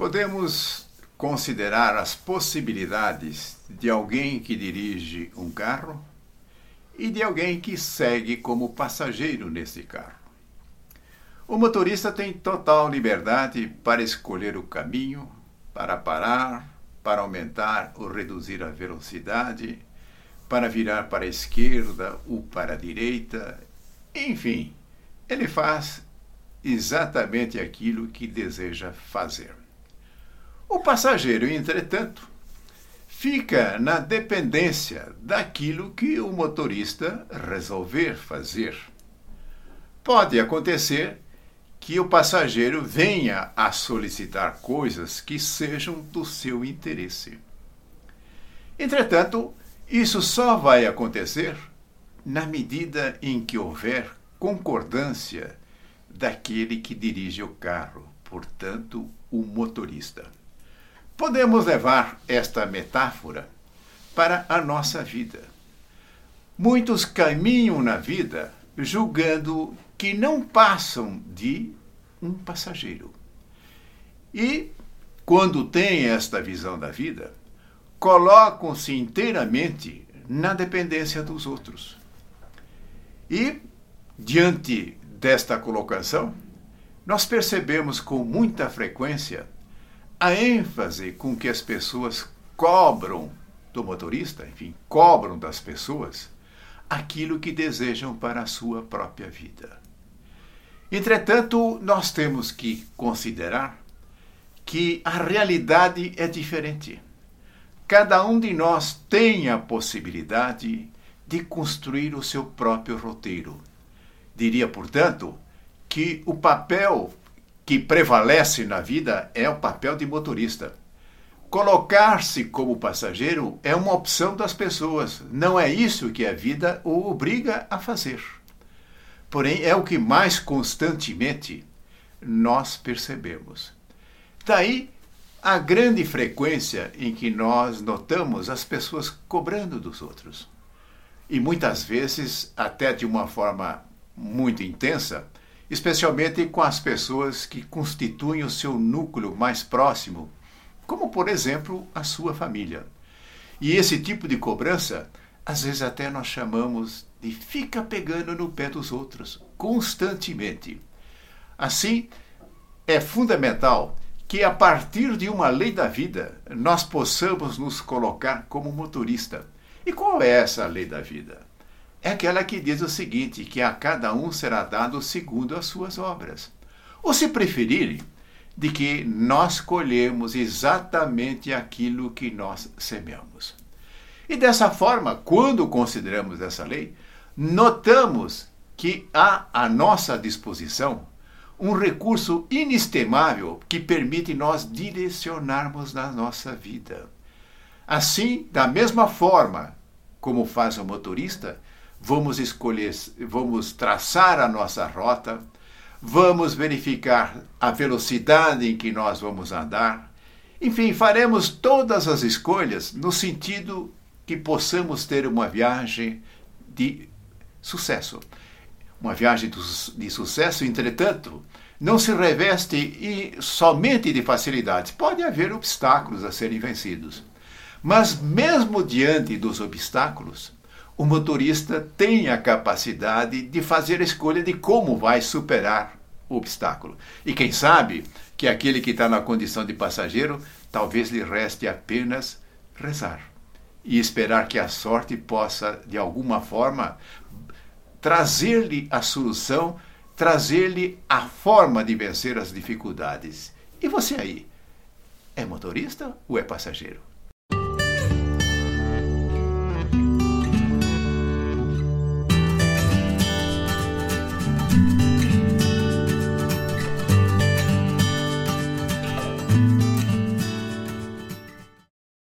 Podemos considerar as possibilidades de alguém que dirige um carro e de alguém que segue como passageiro nesse carro. O motorista tem total liberdade para escolher o caminho, para parar, para aumentar ou reduzir a velocidade, para virar para a esquerda ou para a direita. Enfim, ele faz exatamente aquilo que deseja fazer. O passageiro, entretanto, fica na dependência daquilo que o motorista resolver fazer. Pode acontecer que o passageiro venha a solicitar coisas que sejam do seu interesse. Entretanto, isso só vai acontecer na medida em que houver concordância daquele que dirige o carro, portanto, o motorista. Podemos levar esta metáfora para a nossa vida. Muitos caminham na vida julgando que não passam de um passageiro. E, quando têm esta visão da vida, colocam-se inteiramente na dependência dos outros. E, diante desta colocação, nós percebemos com muita frequência a ênfase com que as pessoas cobram do motorista, enfim, cobram das pessoas aquilo que desejam para a sua própria vida. Entretanto, nós temos que considerar que a realidade é diferente. Cada um de nós tem a possibilidade de construir o seu próprio roteiro. Diria, portanto, que o papel que prevalece na vida é o papel de motorista. Colocar-se como passageiro é uma opção das pessoas. Não é isso que a vida o obriga a fazer. Porém, é o que mais constantemente nós percebemos. Daí a grande frequência em que nós notamos as pessoas cobrando dos outros. E muitas vezes, até de uma forma muito intensa, especialmente com as pessoas que constituem o seu núcleo mais próximo, como, por exemplo, a sua família. E esse tipo de cobrança, às vezes até nós chamamos de fica pegando no pé dos outros, constantemente. Assim, é fundamental que, a partir de uma lei da vida, nós possamos nos colocar como motorista. E qual é essa lei da vida? É aquela que diz o seguinte, que a cada um será dado segundo as suas obras. Ou, se preferirem, de que nós colhemos exatamente aquilo que nós semeamos. E dessa forma, quando consideramos essa lei, notamos que há à nossa disposição um recurso inestimável que permite nós direcionarmos na nossa vida. Assim, da mesma forma como faz o motorista, vamos traçar a nossa rota, vamos verificar a velocidade em que nós vamos andar. Enfim, faremos todas as escolhas no sentido que possamos ter uma viagem de sucesso. Uma viagem de sucesso, entretanto, não se reveste somente de facilidades. Pode haver obstáculos a serem vencidos. Mas mesmo diante dos obstáculos, o motorista tem a capacidade de fazer a escolha de como vai superar o obstáculo. E quem sabe que aquele que está na condição de passageiro, talvez lhe reste apenas rezar e esperar que a sorte possa, de alguma forma, trazer-lhe a solução, trazer-lhe a forma de vencer as dificuldades. E você aí, é motorista ou é passageiro?